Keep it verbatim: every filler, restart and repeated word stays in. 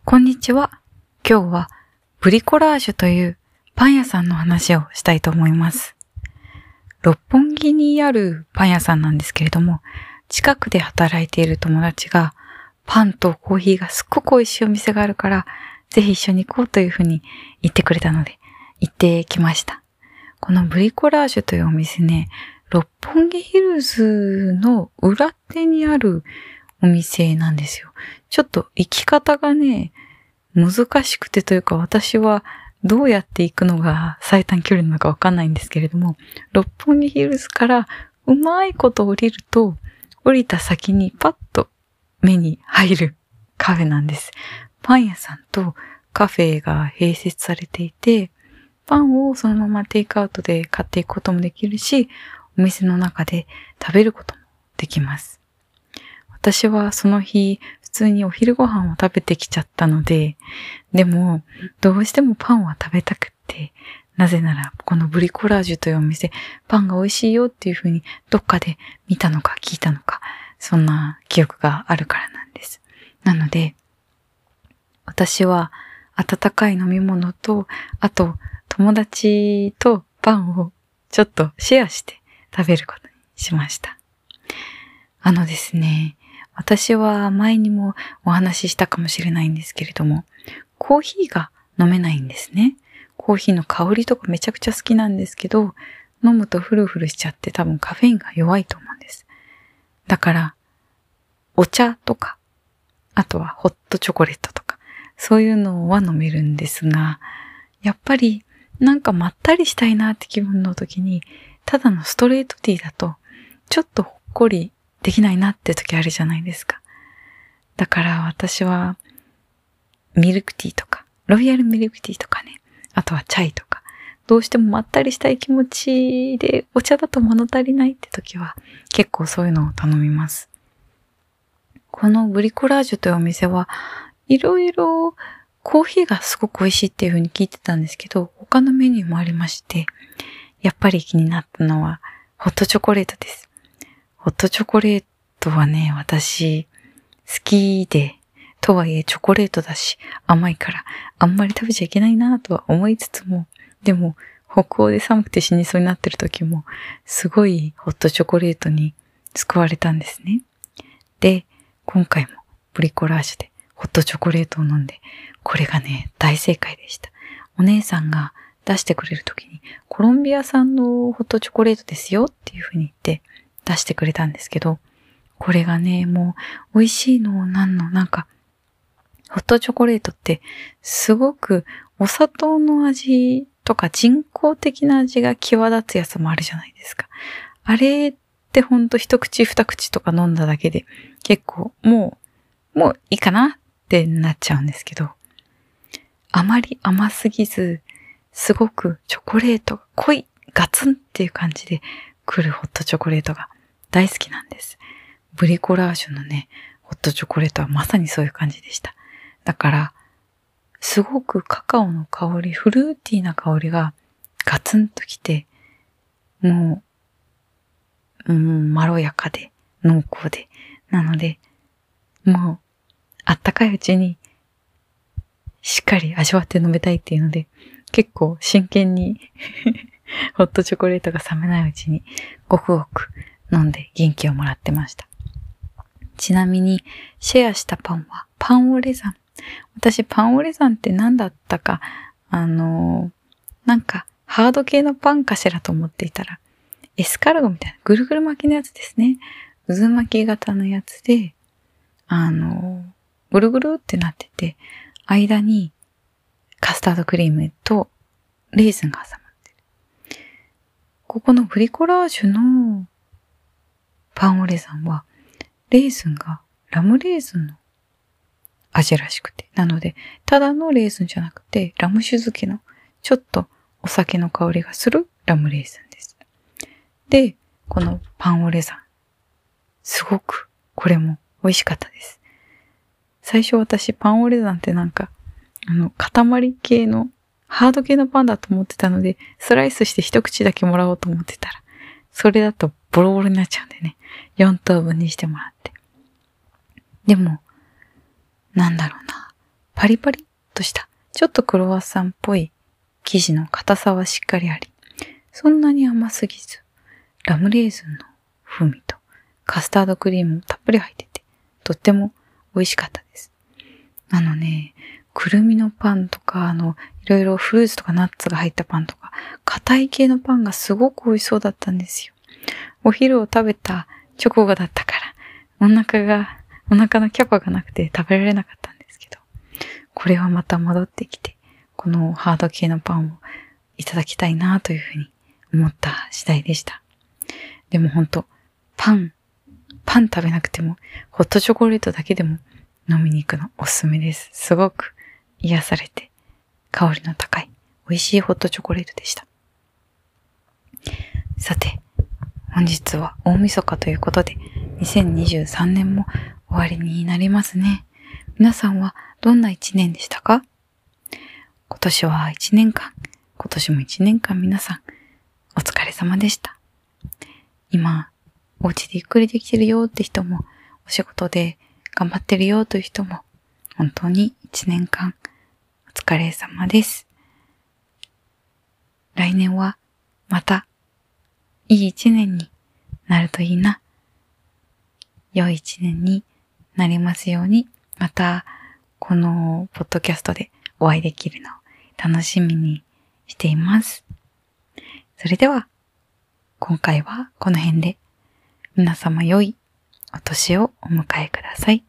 こんにちは。今日はブリコラージュというパン屋さんの話をしたいと思います。六本木にあるパン屋さんなんですけれども、近くで働いている友達がパンとコーヒーがすっごく美味しいお店があるから、ぜひ一緒に行こうというふうに言ってくれたので、行ってきました。このブリコラージュというお店ね、六本木ヒルズの裏手にあるお店なんですよ。ちょっと行き方がね、難しくてというか私はどうやって行くのが最短距離なのかわかんないんですけれども、六本木ヒルズからうまいこと降りると、降りた先にパッと目に入るカフェなんです。パン屋さんとカフェが併設されていて、パンをそのままテイクアウトで買っていくこともできるし、お店の中で食べることもできます。私はその日、普通にお昼ご飯を食べてきちゃったので、でも、どうしてもパンは食べたくって、なぜなら、このブリコラージュというお店、パンが美味しいよっていうふうに、どっかで見たのか聞いたのか、そんな記憶があるからなんです。なので、私は温かい飲み物と、あと、友達とパンをちょっとシェアして食べることにしました。あのですね、私は前にもお話ししたかもしれないんですけれども、コーヒーが飲めないんですね。コーヒーの香りとかめちゃくちゃ好きなんですけど、飲むとフルフルしちゃって多分カフェインが弱いと思うんです。だから、お茶とか、あとはホットチョコレートとか、そういうのは飲めるんですが、やっぱりなんかまったりしたいなって気分の時に、ただのストレートティーだと、ちょっとほっこりできないなって時あるじゃないですか。だから私はミルクティーとか、ロイヤルミルクティーとかね、あとはチャイとか、どうしてもまったりしたい気持ちでお茶だと物足りないって時は結構そういうのを頼みます。このブリコラージュというお店はいろいろコーヒーがすごく美味しいっていう風に聞いてたんですけど、他のメニューもありまして、やっぱり気になったのはホットチョコレートです。ホットチョコレートはね、私好きで、とはいえチョコレートだし甘いからあんまり食べちゃいけないなとは思いつつも、でも北欧で寒くて死にそうになってる時もすごいホットチョコレートに救われたんですね。で、今回もブリコラージュでホットチョコレートを飲んで、これがね、大正解でした。お姉さんが出してくれる時にコロンビア産のホットチョコレートですよっていう風に言って出してくれたんですけど、これがね、もう美味しいのなんの、なんか、ホットチョコレートってすごくお砂糖の味とか人工的な味が際立つやつもあるじゃないですか。あれってほんと一口二口とか飲んだだけで結構もう、もういいかなってなっちゃうんですけど、あまり甘すぎず、すごくチョコレートが濃い、ガツンっていう感じで来るホットチョコレートが大好きなんです。ブリコラージュのね、ホットチョコレートはまさにそういう感じでした。だから、すごくカカオの香り、フルーティーな香りがガツンときて、もう、うん、まろやかで、濃厚で。なので、もう、あったかいうちに、しっかり味わって飲めたいっていうので、結構真剣にホットチョコレートが冷めないうちに、ごくごく飲んで元気をもらってました。ちなみに、シェアしたパンはパンオレザン。私、パンオレザンって何だったか、あのー、なんか、ハード系のパンかしらと思っていたら、エスカルゴみたいな、ぐるぐる巻きのやつですね。渦巻き型のやつで、あのー、ぐるぐるってなってて、間にカスタードクリームとレーズンが挟まってる。ここのブリコラージュのパンオレザンは、レーズンがラムレーズンの味らしくて。なので、ただのレーズンじゃなくて、ラム酒漬けのちょっとお酒の香りがするラムレーズンです。で、このパンオレザン。すごく、これも美味しかったです。最初私パンオレザンってなんか、あの、塊系の、ハード系のパンだと思ってたので、スライスして一口だけもらおうと思ってたら、それだとボロボロになっちゃうんでね、よん等分にしてもらって。でも、なんだろうな。 パリパリっとした、ちょっとクロワッサンっぽい生地の硬さはしっかりあり、そんなに甘すぎず、ラムレーズンの風味とカスタードクリームもたっぷり入ってて、とっても美味しかったです。あのね、くるみのパンとか、あの、いろいろフルーツとかナッツが入ったパンとか、硬い系のパンがすごく美味しそうだったんですよ。お昼を食べた直後だったから、お腹が、お腹のキャパがなくて食べられなかったんですけど、これはまた戻ってきて、このハード系のパンをいただきたいなというふうに思った次第でした。でもほんと、パン、パン食べなくても、ホットチョコレートだけでも飲みに行くのおすすめです。すごく癒されて、香りの高い、美味しいホットチョコレートでした。さて、本日は大晦日ということで、にせんにじゅうさんねんも終わりになりますね。皆さんはどんな一年でしたか？今年は一年間、今年も一年間皆さん、お疲れ様でした。今、お家でゆっくりできてるよって人も、お仕事で頑張ってるよという人も、本当に一年間、お疲れ様です。来年は、また、いい一年になるといいな。良い一年になりますように、また、このポッドキャストでお会いできるのを楽しみにしています。それでは、今回はこの辺で、皆様良いお年をお迎えください。